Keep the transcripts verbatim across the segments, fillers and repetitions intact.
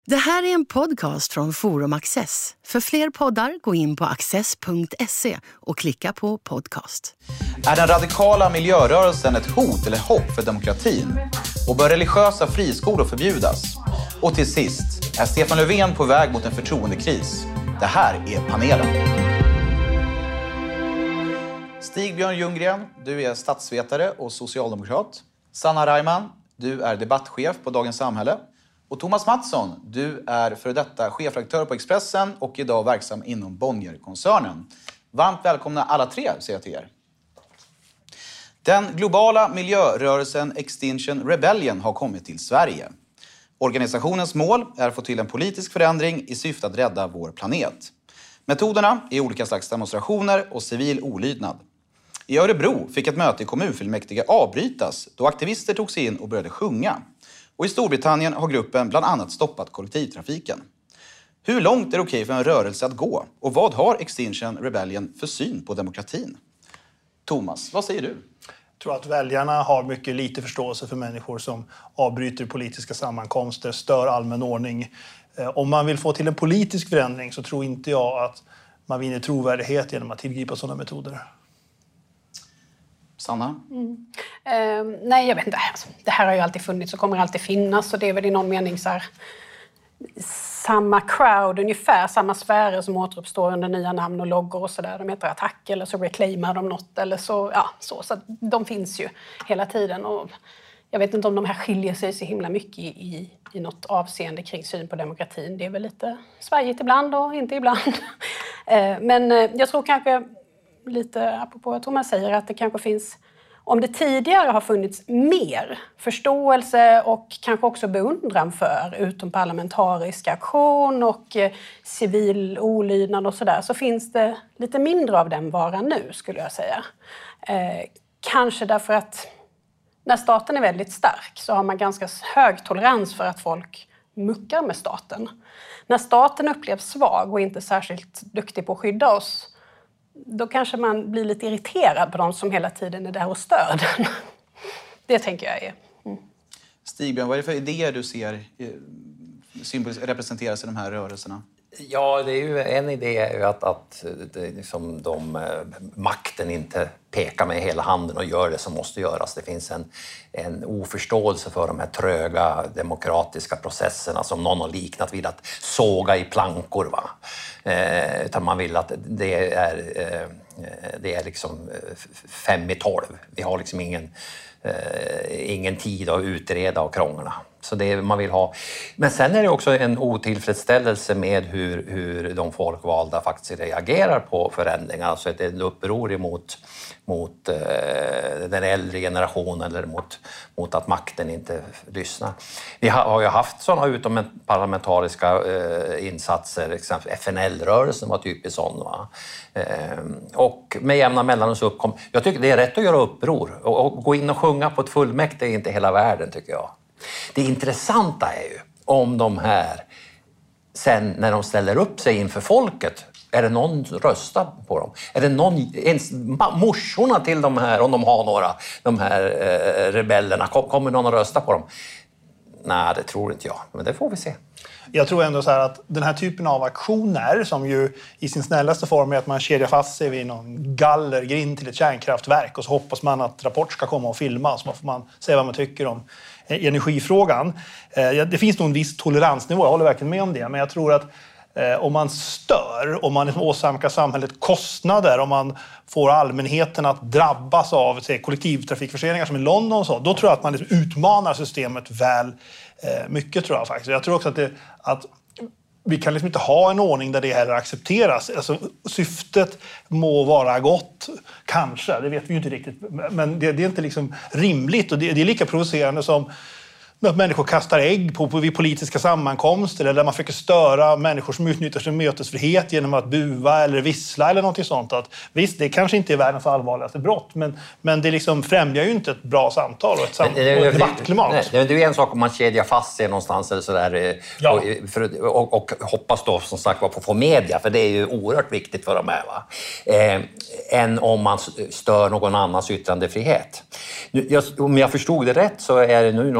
Det här är en podcast från Forum Access. För fler poddar, gå in på access punkt se och klicka på podcast. Är den radikala miljörörelsen ett hot eller hopp för demokratin? Och bör religiösa friskolor förbjudas? Och till sist, är Stefan Löfven på väg mot en förtroendekris? Det här är panelen. Stig-Björn Ljunggren, du är statsvetare och socialdemokrat. Sanna Reimann, du är debattchef på Dagens Samhälle. Och Thomas Mattsson, du är för detta chefredaktör på Expressen och idag verksam inom Bonnier-koncernen. Varmt välkomna alla tre, säger jag till er. Den globala miljörörelsen Extinction Rebellion har kommit till Sverige. Organisationens mål är att få till en politisk förändring i syfte att rädda vår planet. Metoderna är olika slags demonstrationer och civil olydnad. I Örebro fick ett möte i kommunfullmäktige avbrytas då aktivister tog sig in och började sjunga. Och i Storbritannien har gruppen bland annat stoppat kollektivtrafiken. Hur långt är det okej för en rörelse att gå? Och vad har Extinction Rebellion för syn på demokratin? Thomas, vad säger du? Jag tror att väljarna har mycket lite förståelse för människor som avbryter politiska sammankomster, stör allmän ordning. Om man vill få till en politisk förändring så tror inte jag att man vinner trovärdighet genom att tillgripa sådana metoder. Sanna? Mm. Eh, nej, jag vet inte. Det här har ju alltid funnits och kommer alltid finnas. Och det är väl i någon mening så här, samma crowd, ungefär samma sfärer som återuppstår under nya namn och loggor och sådär. De heter Attack eller så reclaimar de något eller så. Ja, så. Så de finns ju hela tiden. Och jag vet inte om de här skiljer sig så himla mycket i, i, i något avseende kring syn på demokratin. Det är väl lite svajigt ibland och inte ibland. eh, men eh, jag tror kanske... lite apropå vad Thomas säger, att det kanske finns, om det tidigare har funnits mer förståelse och kanske också beundran för utomparlamentarisk aktion och eh, civil olydnad och sådär, så finns det lite mindre av den varan nu, skulle jag säga. Eh, kanske därför att när staten är väldigt stark så har man ganska hög tolerans för att folk muckar med staten. När staten upplevs svag och inte särskilt duktig på att skydda oss, då kanske man blir lite irriterad på de som hela tiden är där och stör den. Det tänker jag är. Mm. Stig-Björn, vad är det för idéer du ser representeras i de här rörelserna? Ja, det är ju en idé är ju att, att det liksom de, makten inte pekar med hela handen och gör det som måste göras. Det finns en, en oförståelse för de här tröga demokratiska processerna som någon har liknat vid att såga i plankor. Va? Eh, utan man vill att det är, eh, det är liksom fem i tolv. Vi har liksom ingen, eh, ingen tid att utreda och krångla. Så det är man vill ha. Men sen är det också en otillfredsställelse med hur, hur de folkvalda faktiskt reagerar på förändringar. Alltså ett uppror emot mot eh, den äldre generationen eller mot, mot att makten inte lyssnar. Vi har, har ju haft sådana utomparlamentariska eh, insatser, exempelvis F N L-rörelsen var typiskt sån. Va? Eh, och med jämna mellanrum så uppkom... Jag tycker det är rätt att göra uppror. Och, och gå in och sjunga på ett fullmäktige är inte hela världen, tycker jag. Det intressanta är ju om de här, sen när de ställer upp sig inför folket, är det någon som röstar på dem? Är det någon, ens morsorna till de här, om de har några, de här eh, rebellerna, kommer någon att rösta på dem? Nej, det tror inte jag, men det får vi se. Jag tror ändå så här att den här typen av aktioner, som ju i sin snällaste form är att man kedjar fast sig vid någon gallergrind till ett kärnkraftverk och så hoppas man att Rapport ska komma och filma, så får man säga vad man tycker om energifrågan. Det finns nog en viss toleransnivå, jag håller verkligen med om det, men jag tror att om man stör, om man åsamkar samhället kostnader, om man får allmänheten att drabbas av säg, kollektivtrafikförseningar som i London och så, då tror jag att man liksom utmanar systemet väl mycket, tror jag faktiskt. Jag tror också att, det, att vi kan liksom inte ha en ordning där det heller accepteras. Alltså, syftet må vara gott, kanske, det vet vi ju inte riktigt, men det, det är inte liksom rimligt, och det, det är lika provocerande som att människor kastar ägg på, på vid politiska sammankomster, eller där man försöker störa människor som utnyttjar sin mötesfrihet genom att buva eller vissla eller något sånt. Att, visst, det kanske inte är världens allvarligaste brott, men, men det liksom främjar ju inte ett bra samtal och ett, sam- det, det, och ett debattklimat. Nej, det, det är en sak om man kedjar fast sig någonstans eller sådär, ja. och, för, och, och hoppas då som sagt på att få media, för det är ju oerhört viktigt för dem här, va? Eh, än om man stör någon annans yttrandefrihet. Nu, jag, om jag förstod det rätt så är det nu någon slags hung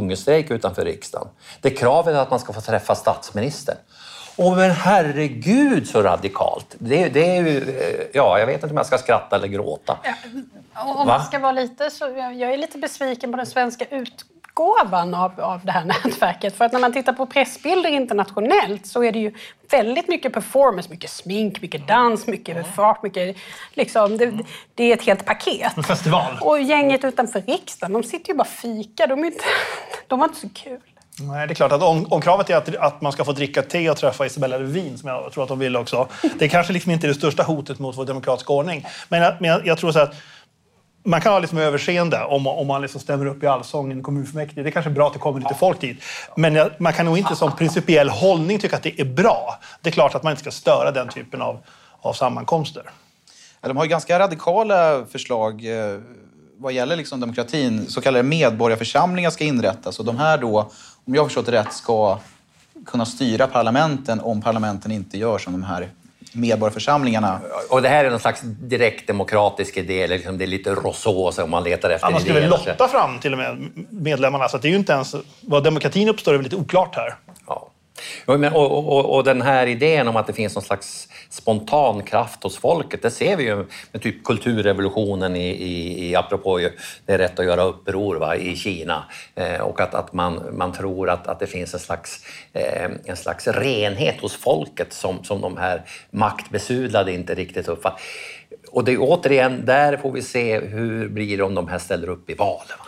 hungerstrejk utanför riksdagen. Det kravet är att man ska få träffa statsministern. Och men herregud så radikalt. Det, det är ju, ja, jag vet inte om jag ska skratta eller gråta. Ja, om man ska vara lite så, jag är lite besviken på den svenska utgåvan av, av det här nätverket. För att när man tittar på pressbilder internationellt så är det ju väldigt mycket performance, mycket smink, mycket dans, mycket fart, mycket liksom, det, det är ett helt paket. En festival. Och gänget utanför riksdagen, de sitter ju bara fika, de är inte, de har inte så kul. Nej, det är klart att om, om kravet är att, att man ska få dricka te och träffa Isabella Lövin, som jag tror att de vill också, det är kanske liksom inte det största hotet mot vår demokratiska ordning. Men jag, men jag, jag tror så att man kan ha liksom överseende om, om man liksom stämmer upp i allsången i kommunfullmäktige. Det är kanske bra att det kommer lite folk dit. Men jag, man kan nog inte som principiell hållning tycka att det är bra. Det är klart att man inte ska störa den typen av, av sammankomster. De har ju ganska radikala förslag eh, vad gäller liksom demokratin. Så kallade medborgarförsamlingar ska inrättas. Och de här då, om jag har förstått rätt, ska kunna styra parlamenten om parlamenten inte gör som de här medborgarförsamlingarna. Och det här är någon slags direktdemokratisk idé, liksom det är lite Rousseau om man letar efter ja, man skulle idéer. lotta fram till och med medlemmarna, så det är ju inte ens vad demokratin uppstår är väl lite oklart här. Ja. Och, och, och, och den här idén om att det finns någon slags spontan kraft hos folket, det ser vi ju med typ kulturrevolutionen i, i, i apropå det är rätt att göra uppror va, i Kina. Eh, och att, att man, man tror att, att det finns en slags, eh, en slags renhet hos folket som, som de här maktbesudlade inte riktigt uppfattar. Och det är återigen, där får vi se hur blir det om de här ställer upp i val. Va?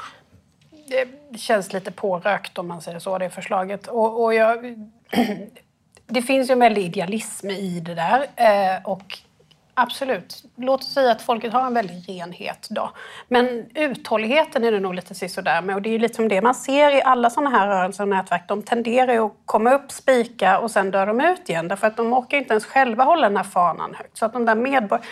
Det känns lite pårökt om man säger så, det förslaget. Och, och jag, det finns ju en väldig idealism i det där. Eh, och absolut, låt oss säga att folket har en väldig renhet då. Men uthålligheten är det nog lite sisådär med. Och det är ju lite som det man ser i alla sådana här rörelser och nätverk. De tenderar ju att komma upp, spika och sen dör de ut igen. Därför att de orkar inte ens själva hålla den här fanan högt. Så att de där medborgarna...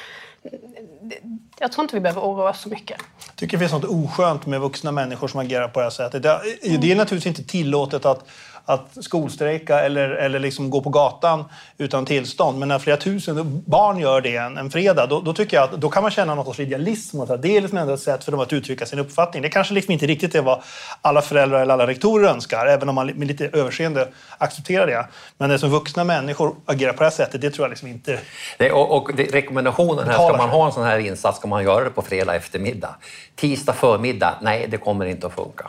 Jag tror inte vi behöver oroa oss så mycket. Jag tycker det finns något oskönt med vuxna människor som agerar på det här sättet. Det är, det är naturligtvis inte tillåtet att, att skolstrejka eller, eller liksom gå på gatan utan tillstånd. Men när flera tusen barn gör det en, en fredag, då, då tycker jag att då kan man känna något sorts idealism. Och det är liksom ändå ett sätt för dem att uttrycka sin uppfattning. Det kanske liksom inte riktigt är vad alla föräldrar eller alla rektorer önskar, även om man med lite överseende accepterar det. Men det som vuxna människor agerar på det här sättet, det tror jag liksom inte... Det, och och det, rekommendationen här, ska man ha en sån här insats, ska man göra det på fredag eftermiddag. Tisdag förmiddag, nej, det kommer inte att funka.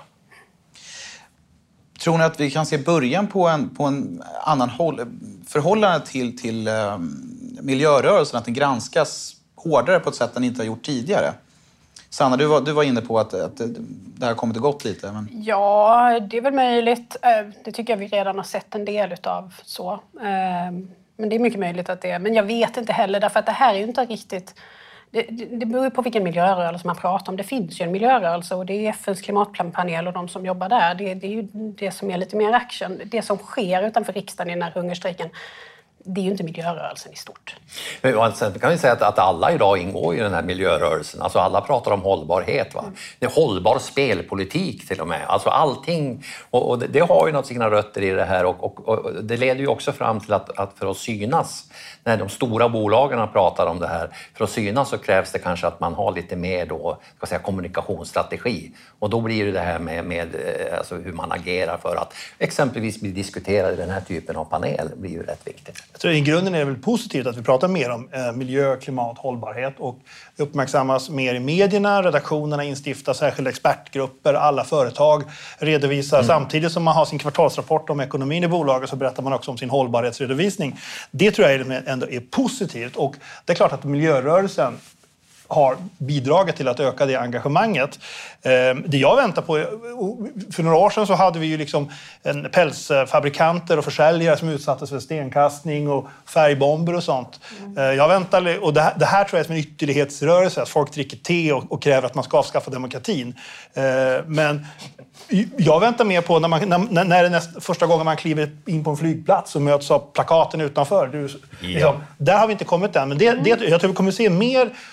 Tror ni att vi kan se början på en, på en annan håll, förhållande till, till um, miljörörelsen, att den granskas hårdare på ett sätt den inte har gjort tidigare? Sanna, du var, du var inne på att, att det här har kommit och gått lite. Men... Ja, det är väl möjligt. Det tycker jag vi redan har sett en del utav så. Men det är mycket möjligt att det är. Men jag vet inte heller, därför att det här är ju inte riktigt... Det, det beror på vilken miljörörelse man pratar om. Det finns ju en miljörörelse och det är F N:s klimatpanel och de som jobbar där. Det, det är ju det som är lite mer action. Det som sker utanför riksdagen i den här hungerstrejken, det är ju inte miljörörelsen i stort. Men sen kan vi säga att, att alla idag ingår i den här miljörörelsen. Alltså alla pratar om hållbarhet. Va? Mm. Det är hållbar spelpolitik till och med. Alltså allting. Och, och det, det har ju något sina rötter i det här. Och, och, och det leder ju också fram till att, att för att synas, när de stora bolagen pratar om det här, för att synas så krävs det kanske att man har lite mer då, ska säga, kommunikationsstrategi. Och då blir det det här med, med alltså hur man agerar för att exempelvis bli diskuterad i den här typen av panel blir ju rätt viktigt. Jag tror i grunden är det väl positivt att vi pratar mer om eh, miljö, klimat, hållbarhet och uppmärksammas mer i medierna. Redaktionerna instiftar särskilda expertgrupper, alla företag redovisar. Mm. Samtidigt som man har sin kvartalsrapport om ekonomin i bolaget så berättar man också om sin hållbarhetsredovisning. Det tror jag ändå är positivt, och det är klart att miljörörelsen har bidragit till att öka det engagemanget. Det jag väntar på, för några år sedan så hade vi ju liksom en pälsfabrikanter och försäljare som utsattes för stenkastning och färgbomber och sånt. Mm. Jag väntar, och det här, det här tror jag är som en ytterlighetsrörelse, att folk dricker te och, och kräver att man ska avskaffa demokratin. Men jag väntar mer på när, man, när, när det är näst, första gången man kliver in på en flygplats och möts av plakaten utanför. Du, ja. liksom, där har vi inte kommit än, men det, det, jag tror vi kommer se mer av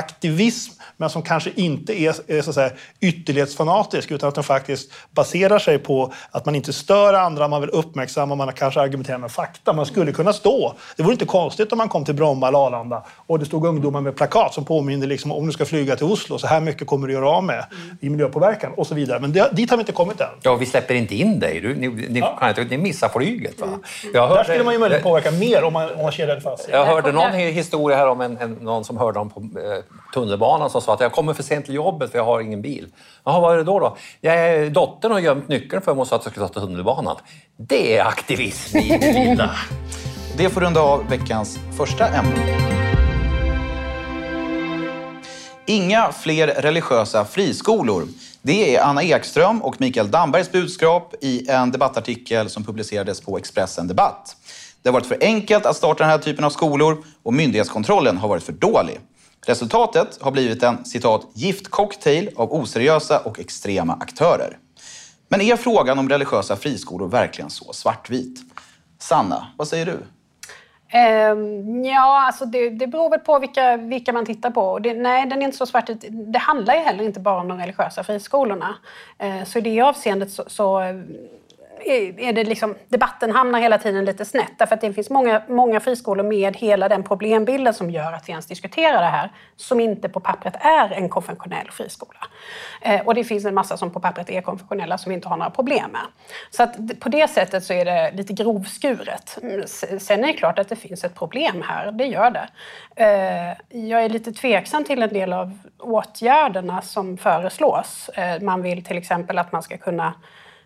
aktivism, men som kanske inte är, är så att säga, ytterlighetsfanatisk, utan att den faktiskt baserar sig på att man inte stör andra, man vill uppmärksamma, man kanske argumenterar med fakta. Man skulle kunna stå. Det vore inte konstigt om man kom till Bromma eller Arlanda och det stod ungdomar med plakat som påminner liksom, om du ska flyga till Oslo, så här mycket kommer du göra av med mm. i miljöpåverkan och så vidare. Men det, dit har vi inte kommit än. Ja, vi släpper inte in dig. Du, ni, ni, ja. kan inte, ni missar flyget. Va? Jag hörde, där skulle man ju möjligt påverka mer om man, om man kedjade fast. Jag hörde någon historia här om en, en, någon som hörde om på eh, tunnelbanan som sa att jag kommer för sent till jobbet för jag har ingen bil. Jaha, vad är det då då? Jag är dottern och gömt nyckeln för mig och sa att jag skulle ta tunnelbanan. Det är aktivism i det lilla. Det får runda av veckans första ämne. Inga fler religiösa friskolor. Det är Anna Ekström och Mikael Dambergs budskap i en debattartikel som publicerades på Expressen Debatt. Det har varit för enkelt att starta den här typen av skolor och myndighetskontrollen har varit för dålig. Resultatet har blivit en, citat, giftcocktail av oseriösa och extrema aktörer. Men är frågan om religiösa friskolor verkligen så svartvit? Sanna, vad säger du? Um, ja, alltså det, det beror väl på vilka, vilka man tittar på. Det, nej, den är inte så svartvit. Det handlar ju heller inte bara om de religiösa friskolorna. Uh, så i det avseendet så... så är det liksom, debatten hamnar hela tiden lite snett. Därför att det finns många, många friskolor med hela den problembilden som gör att vi ens diskuterar det här, som inte på pappret är en konfessionell friskola. Eh, och det finns en massa som på pappret är konfessionella som vi inte har några problem med. Så att på det sättet så är det lite grovskuret. Sen är det klart att det finns ett problem här, det gör det. Eh, jag är lite tveksam till en del av åtgärderna som föreslås. Eh, man vill till exempel att man ska kunna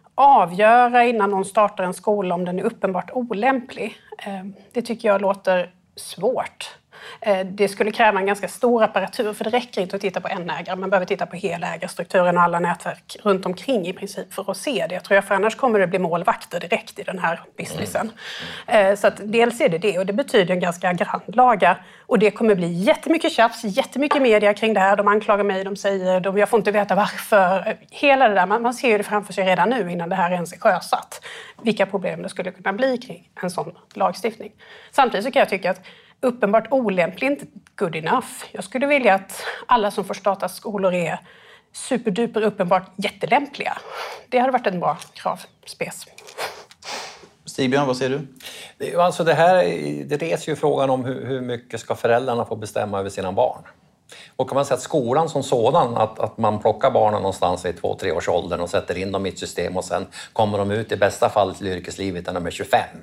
avgöra innan någon startar en skola om den är uppenbart olämplig. Det tycker jag låter svårt. Det skulle kräva en ganska stor apparatur, för det räcker inte att titta på en ägare. Man behöver titta på hela ägarstrukturen och alla nätverk runt omkring i princip för att se det. Jag tror jag, för annars kommer det bli målvakter direkt i den här businessen. Mm. Så att dels är det det, och det betyder en ganska grannlaga. Och det kommer bli jättemycket tjafs, jättemycket media kring det här. De anklagar mig, de säger, de, jag får inte veta varför. Hela det där, man, man ser ju det framför sig redan nu innan det här ens är sjösatt. Vilka problem det skulle kunna bli kring en sån lagstiftning. Samtidigt så kan jag tycka att uppenbart olämpligt inte good enough. Jag skulle vilja att alla som får starta skolor är superduper uppenbart jättelämpliga. Det hade varit en bra kravspec. Stigbjörn, vad säger du? Alltså det här det reser ju frågan om hur, hur mycket ska föräldrarna få bestämma över sina barn. Och kan man säga att skolan som sådan, att, att man plockar barnen någonstans i två, tre års åldern och sätter in dem i ett system och sen kommer de ut i bästa fall till yrkeslivet när de är tjugofem.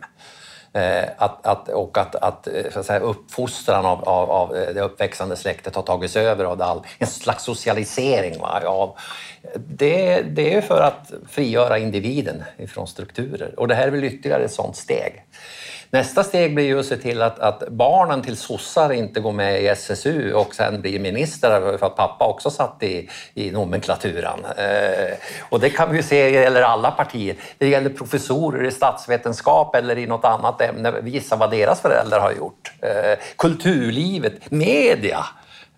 Att, att, och att, att, så att säga, uppfostran av, av, av det uppväxande släktet har tagits över av all, en slags socialisering. Va? Ja, det, det är för att frigöra individen ifrån strukturer. Och det här är väl ytterligare ett sådant steg. Nästa steg blir ju att se till att, att barnen till sossar inte går med i S S U och sen blir ministrar för att pappa också satt i, i nomenklaturan. Eh, och det kan vi ju se gäller alla partier. Det gäller professorer i statsvetenskap eller i något annat ämne. Visa vad deras föräldrar har gjort. Eh, kulturlivet, media.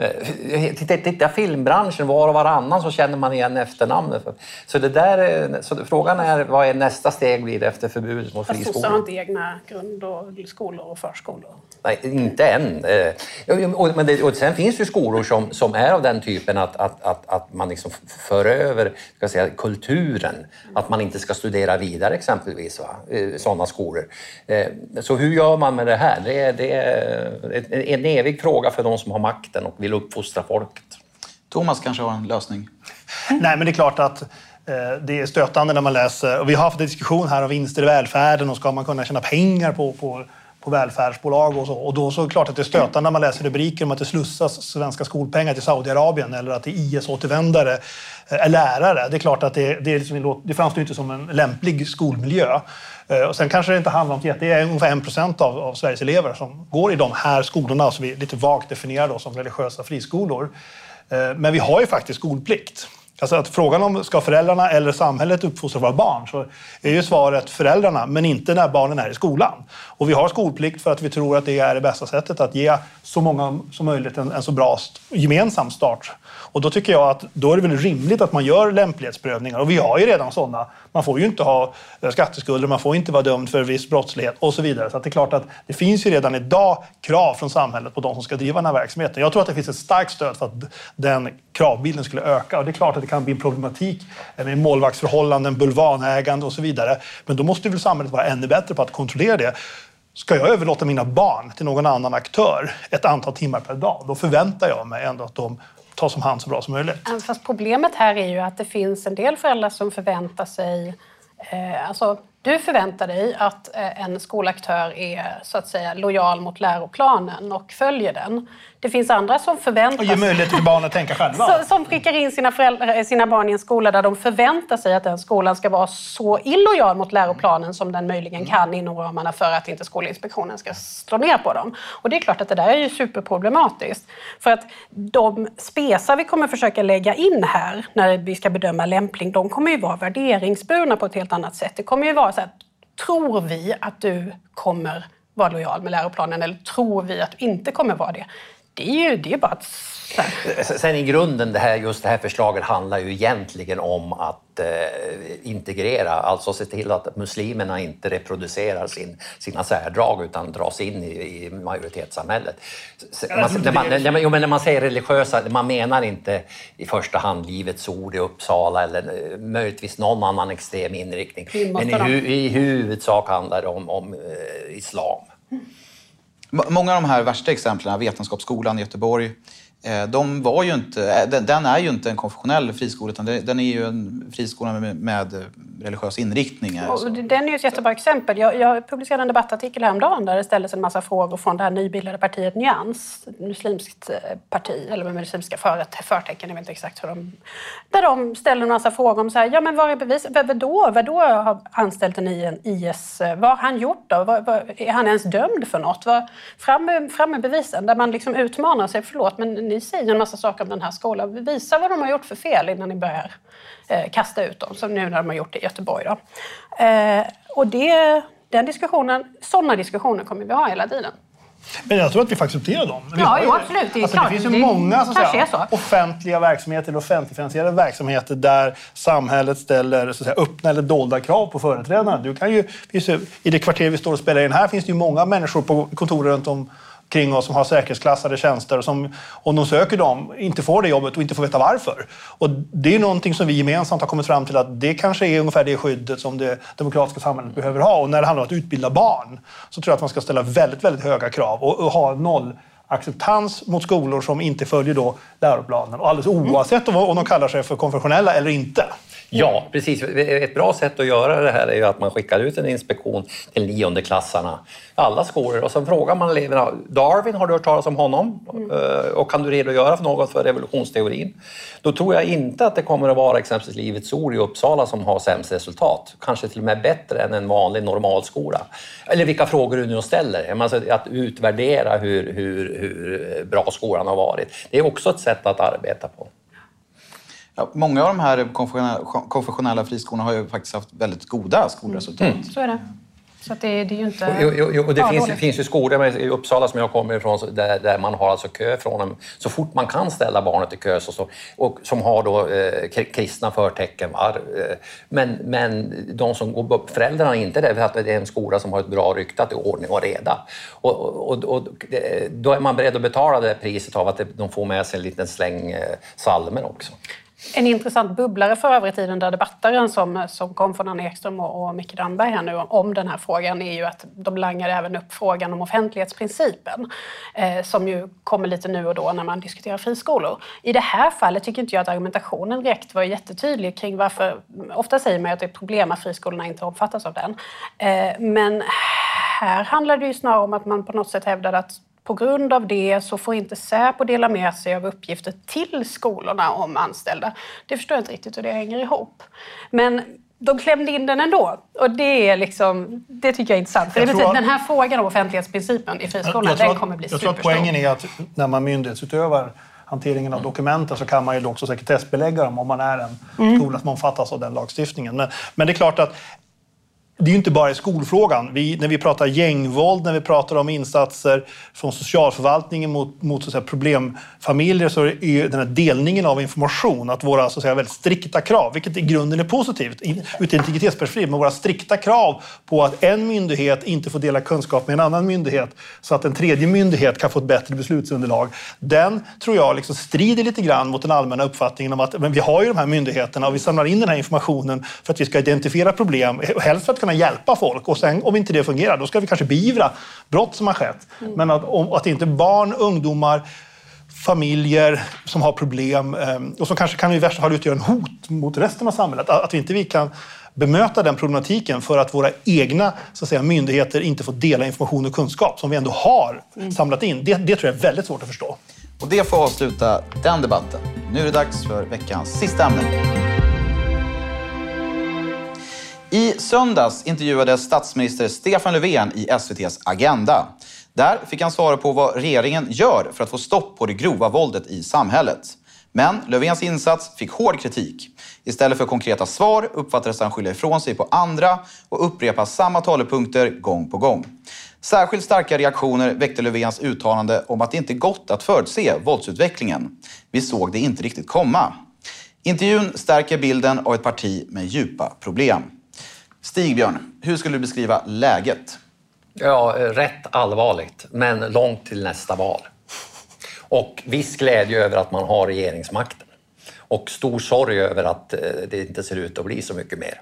Titta, titta filmbranschen, var och varannan så känner man igen efternamnet. Så, det där, så frågan är, vad är nästa steg blir det efter förbudet mot friskolor? Sossar har inte egna grund- och skolor och förskolor. Nej, inte än. Men det, och sen finns ju skolor som, som är av den typen att, att, att, att man liksom för över ska säga, kulturen. Att man inte ska studera vidare exempelvis. Va? Sådana skolor. Så hur gör man med det här? Det är, det är en evig fråga för de som har makten och vill uppfostra folket. Thomas kanske har en lösning. Nej, men det är klart att eh, det är stötande när man läser. Och vi har haft en diskussion här om vinster i välfärden och ska man kunna tjäna pengar på, på, på välfärdsbolag och så. Och då så är det klart att det är stötande när man läser rubriker om att det slussas svenska skolpengar till Saudiarabien eller att det är I S-återvändare eh, är lärare. Det är klart att det, det, är liksom, det framstår inte som en lämplig skolmiljö. Och sen kanske det inte handlar om att det är ungefär en procent av, av Sveriges elever som går i de här skolorna som vi lite vagt definierar då som religiösa friskolor. Men vi har ju faktiskt skolplikt. Alltså att frågan om ska föräldrarna eller samhället uppfostra våra barn, så är ju svaret föräldrarna, men inte när barnen är i skolan. Och vi har skolplikt för att vi tror att det är det bästa sättet att ge så många som möjligt en, en så bra gemensam start. Och då tycker jag att då är det väl rimligt att man gör lämplighetsprövningar. Och vi har ju redan sådana. Man får ju inte ha skatteskulder, man får inte vara dömd för viss brottslighet och så vidare. Så att det är klart att det finns ju redan idag krav från samhället på de som ska driva den här verksamheten. Jag tror att det finns ett starkt stöd för att den kravbilden skulle öka. Och det är klart att det kan bli en problematik med målvaktsförhållanden, bulvanägande och så vidare. Men då måste väl samhället vara ännu bättre på att kontrollera det. Ska jag överlåta mina barn till någon annan aktör ett antal timmar per dag, då förväntar jag mig ändå att de tas om hand så bra som möjligt. Fast problemet här är ju att det finns en del föräldrar som förväntar sig... Eh, alltså, du förväntar dig att eh, en skolaktör är så att säga lojal mot läroplanen och följer den. Det finns andra som förväntar och ger möjlighet till barn att tänka själva. Så, som skickar in sina, föräldrar, sina barn i en skola där de förväntar sig att den skolan ska vara så illojal mot läroplanen som den möjligen kan inom ramarna för att inte Skolinspektionen ska slå ner på dem. Och det är klart att det där är ju superproblematiskt. För att de spesar vi kommer försöka lägga in här när vi ska bedöma lämpling, de kommer ju vara värderingsburna på ett helt annat sätt. Det kommer ju vara så här, tror vi att du kommer vara lojal med läroplanen eller tror vi att du inte kommer vara det? Det är ju det är bara ett... Sen i grunden, det här, just det här förslaget handlar ju egentligen om att eh, integrera, alltså se till att muslimerna inte reproducerar sin, sina särdrag utan dras in i, i majoritetssamhället. Man, när, man, när, man, jo, men när man säger religiösa, man menar inte i första hand Livets ord i Uppsala eller eh, möjligtvis någon annan extrem inriktning. Men i, hu, i huvudsak handlar det om, om eh, islam. Mm. Många av de här värsta exemplen, Vetenskapsskolan i Göteborg, de var ju inte, den är ju inte en konfessionell friskola utan den är ju en friskola med, med religiös inriktning. Och den är ju ett jättebra exempel. Jag, jag publicerade en debattartikel häromdagen där det ställdes en massa frågor från det här nybildade partiet Nyans, muslimskt parti, eller med muslimska förtecken, jag vet inte exakt hur de... Där de ställer en massa frågor om så här, ja men vad är bevis? Vadå? Vadå har anställt en I S? Vad har han gjort då? Vad, vad, är han ens dömd för något? Vad, fram, med, fram med bevisen, där man liksom utmanar sig, förlåt men ni säger en massa saker om den här skolan. Visa vad de har gjort för fel innan ni börjar eh, kasta ut dem, som nu när de har gjort det i Göteborg då. Eh, och det, den diskussionen, sådana diskussioner kommer vi ha hela tiden. Men jag tror att vi får acceptera dem. Vi ja, jo, absolut. Det, är alltså, klart. det finns ju det många så att säga, så. offentliga verksamheter eller offentligfinansierade verksamheter där samhället ställer så att säga, öppna eller dolda krav på företrädarna. Du kan ju, i det kvarter vi står och spelar in här finns det ju många människor på kontoret runt om kring oss som har säkerhetsklassade tjänster och som, om de söker dem, inte får det jobbet och inte får veta varför. Och det är någonting som vi gemensamt har kommit fram till att det kanske är ungefär det skyddet som det demokratiska samhället behöver ha. Och när det handlar om att utbilda barn så tror jag att man ska ställa väldigt, väldigt höga krav och, och ha noll acceptans mot skolor som inte följer då läroplanen. Och alldeles oavsett om de kallar sig för konfessionella eller inte. Ja, precis. Ett bra sätt att göra det här är ju att man skickar ut en inspektion till niondeklassarna, alla skolor, och sen frågar man eleverna, Darwin, har du hört talas om honom? Mm. Och kan du redogöra för något för revolutionsteorin? Då tror jag inte att det kommer att vara exempelvis Livets ord i Uppsala som har sämst resultat. Kanske till och med bättre än en vanlig normalskola. Eller vilka frågor du nu ställer. Alltså att utvärdera hur, hur, hur bra skolan har varit. Det är också ett sätt att arbeta på. Ja, många av de här konfessionella, konfessionella friskolorna har ju faktiskt haft väldigt goda skolresultat. Mm. Så är det. Så att det, det är ju inte... Jo, jo, jo, och det ja, finns, finns ju skolor i Uppsala som jag kommer ifrån där, där man har alltså kö från dem. Så fort man kan ställa barnet i kö så, så, och som har då eh, kristna förtecken. Var, eh, men, men de som går föräldrarna är inte det, för att det är en skola som har ett bra rykte att det är ordning och reda. Och, och, och då är man beredd att betala det priset av att de får med sig en liten släng eh, salmer också. En intressant bubblare för övrigt i den där debattaren som, som kom från Anna Ekström och, och Micke Damberg här nu om den här frågan är ju att de langar även upp frågan om offentlighetsprincipen eh, som ju kommer lite nu och då när man diskuterar friskolor. I det här fallet tycker inte jag att argumentationen direkt var jättetydlig kring varför, ofta säger man att det är problem att friskolorna inte omfattas av den. Eh, men här handlar det ju snarare om att man på något sätt hävdar att på grund av det så får inte Säpo dela med sig av uppgifter till skolorna om anställda. Det förstår jag inte riktigt hur det hänger ihop. Men de klämde in den ändå. Och det är liksom, det tycker jag är intressant. För det betyder att den här frågan om offentlighetsprincipen i friskolorna, den kommer bli superstor. Jag tror att poängen är att när man myndighetsutövar hanteringen av dokumenten så kan man ju också sekretessbelägga dem om man är en mm. skola som omfattas av den lagstiftningen. Men, men det är klart att det är ju inte bara i skolfrågan. Vi, när vi pratar gängvåld, när vi pratar om insatser från socialförvaltningen mot, mot så att säga, problemfamiljer, så är ju den här delningen av information, att våra så att säga, väldigt strikta krav, vilket i grunden är positivt ur integritetsperspektiv, men våra strikta krav på att en myndighet inte får dela kunskap med en annan myndighet så att en tredje myndighet kan få ett bättre beslutsunderlag, den tror jag liksom strider lite grann mot den allmänna uppfattningen om att men vi har ju de här myndigheterna och vi samlar in den här informationen för att vi ska identifiera problem, helst för att kunna hjälpa folk, och sen om inte det fungerar då ska vi kanske beivra brott som har skett. Mm. Men att, om, att inte barn, ungdomar, familjer som har problem och som kanske kan i värsta fall utgöra en hot mot resten av samhället, att, att vi inte vi kan bemöta den problematiken för att våra egna så att säga, myndigheter inte får dela information och kunskap som vi ändå har mm. samlat in. Det, det tror jag är väldigt svårt att förstå. Och det får avsluta den debatten. Nu är det dags för veckans sista ämne. I söndags intervjuades statsminister Stefan Löfven i S V T:s Agenda. Där fick han svara på vad regeringen gör för att få stopp på det grova våldet i samhället. Men Löfvens insats fick hård kritik. Istället för konkreta svar uppfattades han skylla ifrån sig på andra och upprepa samma talepunkter gång på gång. Särskilt starka reaktioner väckte Löfvens uttalande om att det inte gått att förutse våldsutvecklingen. Vi såg det inte riktigt komma. Intervjun stärker bilden av ett parti med djupa problem. Stigbjörn, hur skulle du beskriva läget? Ja, rätt allvarligt, men långt till nästa val. Och viss glädje över att man har regeringsmakten. Och stor sorg över att det inte ser ut att bli så mycket mer.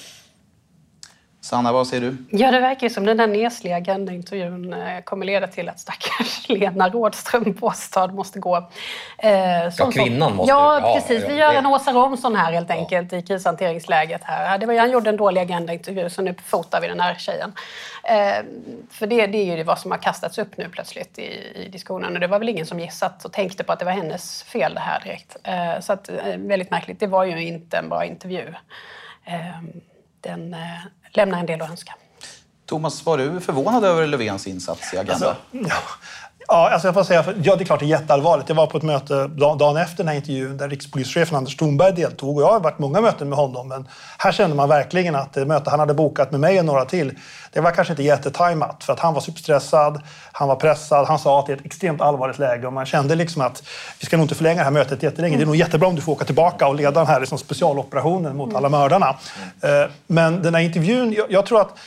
Sanna, vad säger du? Ja, det verkar som den där nesliga Agenda-intervjun kommer leda till att stackars Lena Rådström Båstad måste gå. Eh, ja, kvinnan måste Ja, ja, precis. Ja, Vi gör det. en Åsa Romson här helt enkelt ja. i krishanteringsläget här. Det var, han gjorde en dålig Agenda-intervju så nu fotar vi den här tjejen. Eh, för det, det är ju vad som har kastats upp nu plötsligt i, i diskussionen. Och det var väl ingen som gissat och tänkte på att det var hennes fel det här direkt. Eh, så att, eh, väldigt märkligt. Det var ju inte en bra intervju. Eh, den... Eh, lämnar en del att önska. Thomas, var du förvånad över Löfvens insats i Agenda? Alltså, ja. Ja, alltså jag får säga, ja, det är klart det är jätteallvarligt. Jag var på ett möte dagen efter den här intervjun där rikspolischefen Anders Thornberg deltog. Och jag har varit många möten med honom, men här kände man verkligen att det möte han hade bokat med mig och några till, det var kanske inte jättetajmat. För att han var superstressad, han var pressad, han sa att det är ett extremt allvarligt läge. Och man kände liksom att vi ska nog inte förlänga det här mötet jättelänge. Det är nog jättebra om du får åka tillbaka och leda den här liksom specialoperationen mot alla mördarna. Men den här intervjun, jag, jag tror att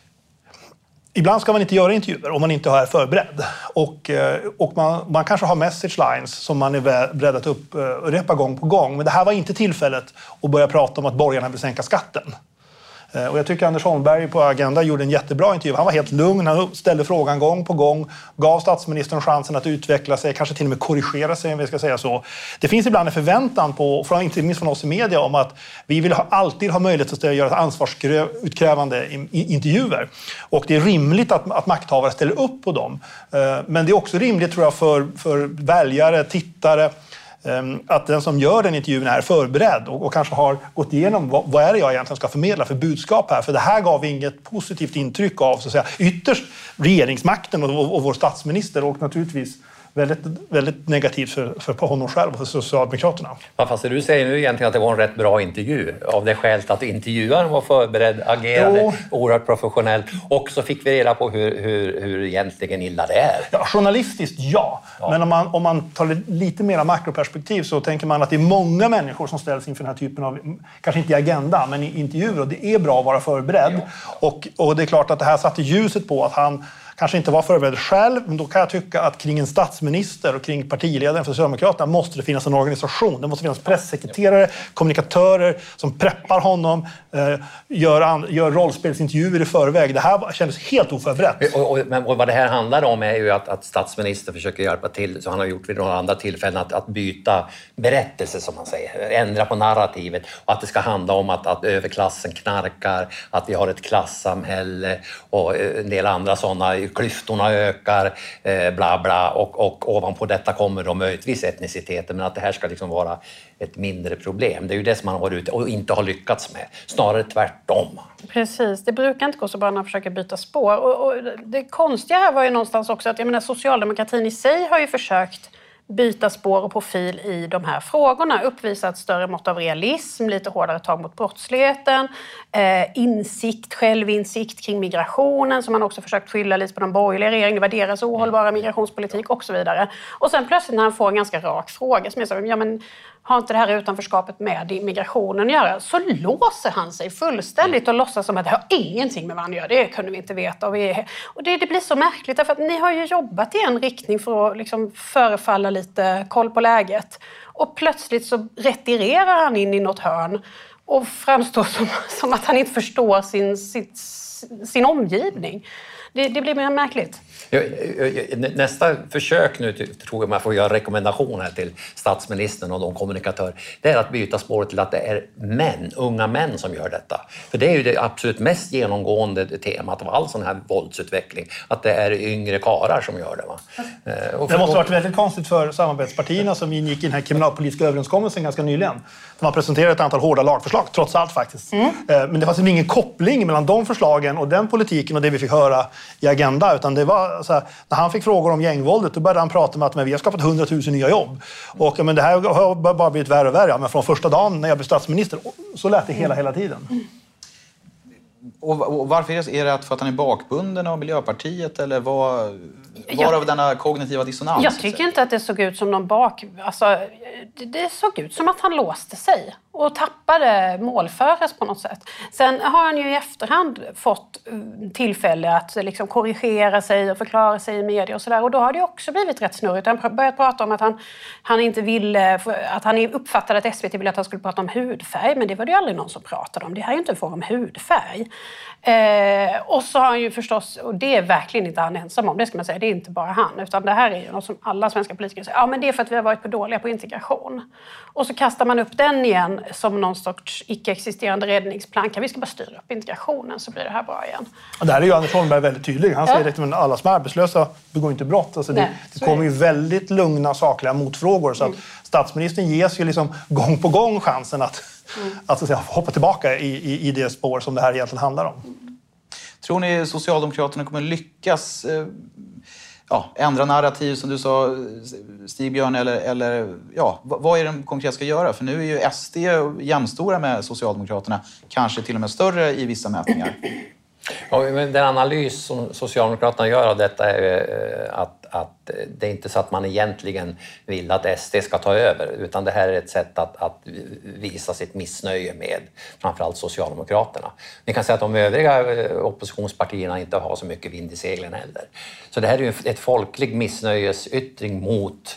ibland ska man inte göra intervjuer om man inte är förberedd. Och, och man, man kanske har message lines som man är beredd att upprepa gång på gång. Men det här var inte tillfället att börja prata om att borgarna vill sänka skatten. Och jag tycker Anders Holmberg på Agenda gjorde en jättebra intervju. Han var helt lugn, han ställde frågan gång på gång, gav statsministern chansen att utveckla sig, kanske till och med korrigera sig om vi ska säga så. Det finns ibland en förväntan på, inte minst från oss i media, om att vi vill ha, alltid ha möjlighet att göra ansvarsutkrävande intervjuer. Och det är rimligt att, att makthavare ställer upp på dem. Men det är också rimligt, tror jag, för, för väljare, tittare, att den som gör den intervjun är förberedd och, och kanske har gått igenom vad, vad är det jag egentligen ska förmedla för budskap här. För det här gav inget positivt intryck av så att säga, ytterst regeringsmakten och, och, och vår statsminister och naturligtvis väldigt, väldigt negativt för, för honom själv och för Socialdemokraterna. Ja, fast du säger nu egentligen att det var en rätt bra intervju av det skälet att intervjuaren var förberedd, agerade jo. oerhört professionellt och så fick vi reda på hur, hur, hur egentligen illa det är. Ja, journalistiskt ja. ja. Men om man, om man tar lite mer makroperspektiv så tänker man att det är många människor som ställs inför den här typen av, kanske inte i Agenda, men i intervjuer och det är bra att vara förberedd. Ja. Och, och det är klart att det här satte ljuset på att han kanske inte var förberedd själv, men då kan jag tycka att kring en statsminister och kring partiledaren för Socialdemokraterna måste det finnas en organisation. Det måste finnas pressekreterare, kommunikatörer som preppar honom, eh, gör, an, gör rollspelsintervjuer i förväg. Det här kändes helt oförberett. Och, och, men, och vad det här handlar om är ju att, att statsministern försöker hjälpa till, så han har gjort vid några andra tillfällen, att, att byta berättelse som man säger, ändra på narrativet och att det ska handla om att, att överklassen knarkar, att vi har ett klassamhälle och en del andra sådana. Klyftorna ökar, eh, bla bla, och, och ovanpå detta kommer då möjligtvis etniciteten, men att det här ska liksom vara ett mindre problem. Det är ju det som man har varit ute och inte har lyckats med. Snarare tvärtom. Precis, det brukar inte gå så bra när man försöker byta spår. Och, och det konstiga här var ju någonstans också att jag menar, socialdemokratin i sig har ju försökt byta spår och profil i de här frågorna. Uppvisa ett större mått av realism, lite hårdare tag mot brottsligheten, eh, insikt, självinsikt kring migrationen som man också försökt skylla lite på den borgerliga regeringen. Det var deras ohållbara migrationspolitik och så vidare. Och sen plötsligt när han får en ganska rak fråga som är så, ja men har inte det här utanförskapet med migrationen att göra, så låser han sig fullständigt och låtsas som att det har ingenting med vad han gör. Det kunde vi inte veta. Och, vi, och det, det blir så märkligt därför att ni har ju jobbat i en riktning för att liksom förefalla lite koll på läget. Och plötsligt så retirerar han in i något hörn och framstår som, som att han inte förstår sin, sin, sin omgivning. Det, det blir mer märkligt. Nästa försök nu tror jag man får göra rekommendationer till statsministern och de kommunikatörer. Det är att byta spåret till att det är män, unga män som gör detta. För det är ju det absolut mest genomgående temat av all sån här våldsutveckling. Att det är yngre karlar som gör det. Va? Och det måste ha varit väldigt konstigt för samarbetspartierna som ingick i den här kriminalpolitiska överenskommelsen ganska nyligen. Man presenterade ett antal hårda lagförslag, trots allt faktiskt. Mm. Men det fanns ingen koppling mellan de förslagen och den politiken och det vi fick höra i Agenda. Utan det var så här, när han fick frågor om gängvåldet då började han prata om att men, vi har skapat hundratusen nya jobb. Och men, det här har bara blivit värre och värre. Men från första dagen när jag blev statsminister så lät det hela, hela tiden. Mm. Och, och varför är det, är det för att han är bakbunden av Miljöpartiet eller vad, varav denna kognitiva dissonans? Jag tycker inte att det såg ut som någon bak... Alltså, det, det såg ut som att han låste sig och tappade målföres på något sätt. Sen har han ju i efterhand fått tillfälle att liksom korrigera sig och förklara sig i media och sådär. Och då har det också blivit rätt snurrigt. Han börjat prata om att han, han inte ville... Att han uppfattade att S V T ville att han skulle prata om hudfärg. Men det var det ju aldrig någon som pratade om. Det här är ju inte en fråga om hudfärg. Eh, och så har han ju förstås, och det är verkligen inte han ensam om, det ska man säga, det är inte bara han, utan det här är ju något som alla svenska politiker säger, ja men det är för att vi har varit på dåliga på integration. Och så kastar man upp den igen som någon sorts icke-existerande räddningsplanka. Vi ska bara styra upp integrationen så blir det här bra igen. Och där är ju Anders Holmberg väldigt tydlig. Han säger ja. att alla som är arbetslösa begår inte brott. Alltså det, Nej, det kommer ju väldigt lugna, sakliga motfrågor. Så mm. att statsministern ges ju liksom gång på gång chansen att Mm. Alltså att hoppa tillbaka i, i, i det spår som det här egentligen handlar om. Tror ni Socialdemokraterna kommer lyckas eh, ja, ändra narrativ som du sa, Stigbjörn, eller, eller ja, vad är det de konkret ska göra? För nu är ju S D jämstora med Socialdemokraterna, kanske till och med större i vissa mätningar. Ja, men den analys som Socialdemokraterna gör av detta är att, att det är inte så att man egentligen vill att S D ska ta över, utan det här är ett sätt att, att visa sitt missnöje med framförallt Socialdemokraterna. Vi kan säga att de övriga oppositionspartierna inte har så mycket vind i seglen heller. Så det här är ju ett folklig missnöjesyttring mot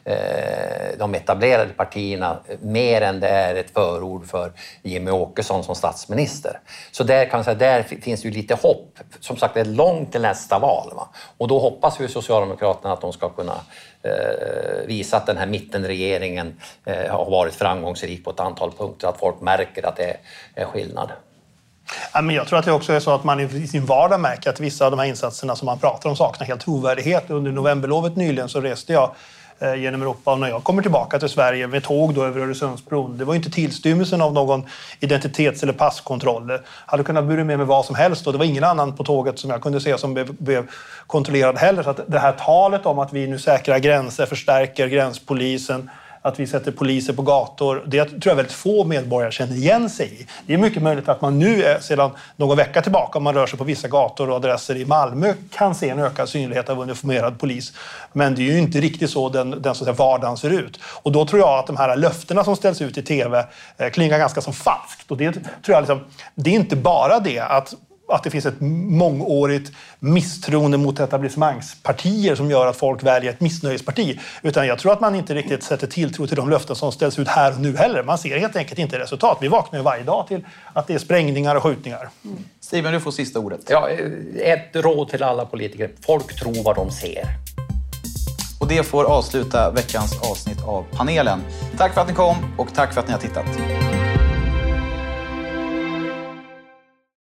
de etablerade partierna mer än det är ett förord för Jimmie Åkesson som statsminister. Så där kan man säga, där finns ju lite hopp. Som sagt, det är långt till nästa val. Va? Och då hoppas vi Socialdemokraterna att de ska kunna eh, visa att den här mittenregeringen eh, har varit framgångsrik på ett antal punkter. Att folk märker att det är skillnad. Ja, men jag tror att det också är så att man i sin vardag märker att vissa av de här insatserna som man pratar om saknar helt trovärdighet. Under novemberlovet nyligen så reste jag genom Europa, och när jag kommer tillbaka till Sverige med tåg då över Öresundsbron, det var inte tillstymmelsen av någon identitets- eller passkontroll. Jag hade kunnat bjuda med mig vad som helst och det var ingen annan på tåget som jag kunde se som blev, blev kontrollerad heller. Så att det här talet om att vi nu säkrar gränser, förstärker gränspolisen, att vi sätter poliser på gator, det tror jag väldigt få medborgare känner igen sig i. Det är mycket möjligt att man nu är, sedan någon vecka tillbaka, om man rör sig på vissa gator och adresser i Malmö, kan se en ökad synlighet av uniformerad polis. Men det är ju inte riktigt så den, den så att säga, vardagen ser ut. Och då tror jag att de här löftena som ställs ut i tv eh, klingar ganska som falskt. Och det tror jag liksom, det är inte bara det att att det finns ett mångårigt misstroende mot etablissemangspartier som gör att folk väljer ett missnöjesparti. Utan jag tror att man inte riktigt sätter tilltro till de löften som ställs ut här och nu heller. Man ser helt enkelt inte resultat. Vi vaknar ju varje dag till att det är sprängningar och skjutningar. Mm. Steven, du får sista ordet. Ja, ett råd till alla politiker. Folk tror vad de ser. Och det får avsluta veckans avsnitt av panelen. Tack för att ni kom och tack för att ni har tittat.